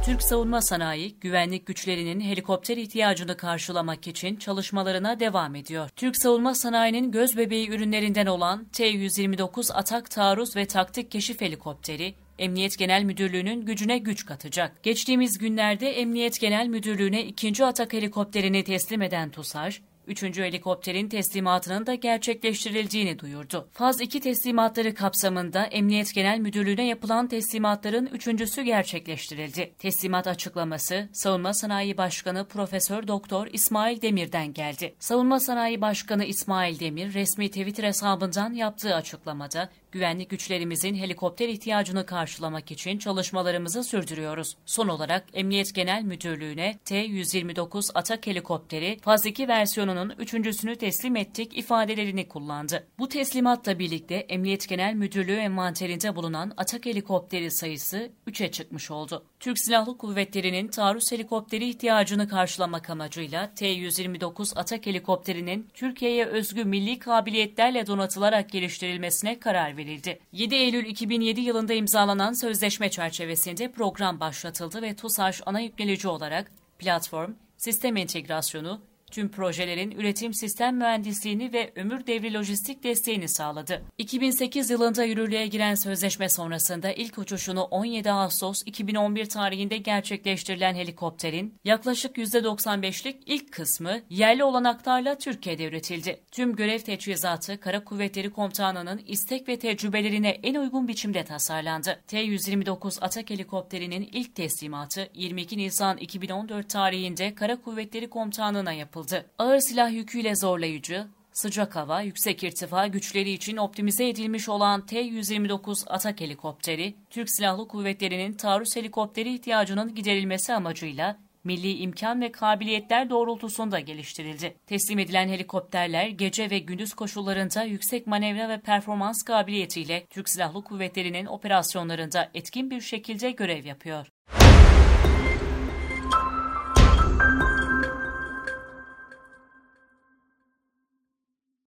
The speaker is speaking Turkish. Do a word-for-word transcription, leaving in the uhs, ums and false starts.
Türk savunma sanayi, güvenlik güçlerinin helikopter ihtiyacını karşılamak için çalışmalarına devam ediyor. Türk savunma sanayinin gözbebeği ürünlerinden olan T yüz yirmi dokuz Atak Taarruz ve Taktik Keşif Helikopteri, Emniyet Genel Müdürlüğü'nün gücüne güç katacak. Geçtiğimiz günlerde Emniyet Genel Müdürlüğü'ne ikinci Atak helikopterini teslim eden TUSAŞ, üçüncü helikopterin teslimatının da gerçekleştirildiğini duyurdu. Faz iki teslimatları kapsamında Emniyet Genel Müdürlüğü'ne yapılan teslimatların üçüncüsü gerçekleştirildi. Teslimat açıklaması Savunma Sanayi Başkanı Profesör Doktor İsmail Demir'den geldi. Savunma Sanayi Başkanı İsmail Demir resmi Twitter hesabından yaptığı açıklamada güvenlik güçlerimizin helikopter ihtiyacını karşılamak için çalışmalarımızı sürdürüyoruz. Son olarak Emniyet Genel Müdürlüğü'ne T yüz yirmi dokuz Atak helikopteri Faz iki versiyonunun üçüncüsünü teslim ettik ifadelerini kullandı. Bu teslimatla birlikte Emniyet Genel Müdürlüğü envanterinde bulunan Atak helikopteri sayısı üçe çıkmış oldu. Türk Silahlı Kuvvetleri'nin taarruz helikopteri ihtiyacını karşılamak amacıyla T yüz yirmi dokuz Atak helikopterinin Türkiye'ye özgü milli kabiliyetlerle donatılarak geliştirilmesine karar verildi. yedi Eylül iki bin yedi yılında imzalanan sözleşme çerçevesinde program başlatıldı ve TUSAŞ ana yüklenici olarak platform, sistem entegrasyonu, tüm projelerin üretim sistem mühendisliğini ve ömür devri lojistik desteğini sağladı. iki bin sekiz yılında yürürlüğe giren sözleşme sonrasında ilk uçuşunu on yedi Ağustos iki bin on bir tarihinde gerçekleştirilen helikopterin yaklaşık yüzde doksan beşlik ilk kısmı yerli olanaklarla Türkiye'de üretildi. Tüm görev teçhizatı Kara Kuvvetleri Komutanlığı'nın istek ve tecrübelerine en uygun biçimde tasarlandı. T yüz yirmi dokuz Atak helikopterinin ilk teslimatı yirmi iki Nisan iki bin on dört tarihinde Kara Kuvvetleri Komutanlığı'na yapıldı. Ağır silah yüküyle zorlayıcı, sıcak hava, yüksek irtifa güçleri için optimize edilmiş olan T yüz yirmi dokuz Atak helikopteri, Türk Silahlı Kuvvetleri'nin taarruz helikopteri ihtiyacının giderilmesi amacıyla milli imkan ve kabiliyetler doğrultusunda geliştirildi. Teslim edilen helikopterler gece ve gündüz koşullarında yüksek manevra ve performans kabiliyetiyle Türk Silahlı Kuvvetleri'nin operasyonlarında etkin bir şekilde görev yapıyor.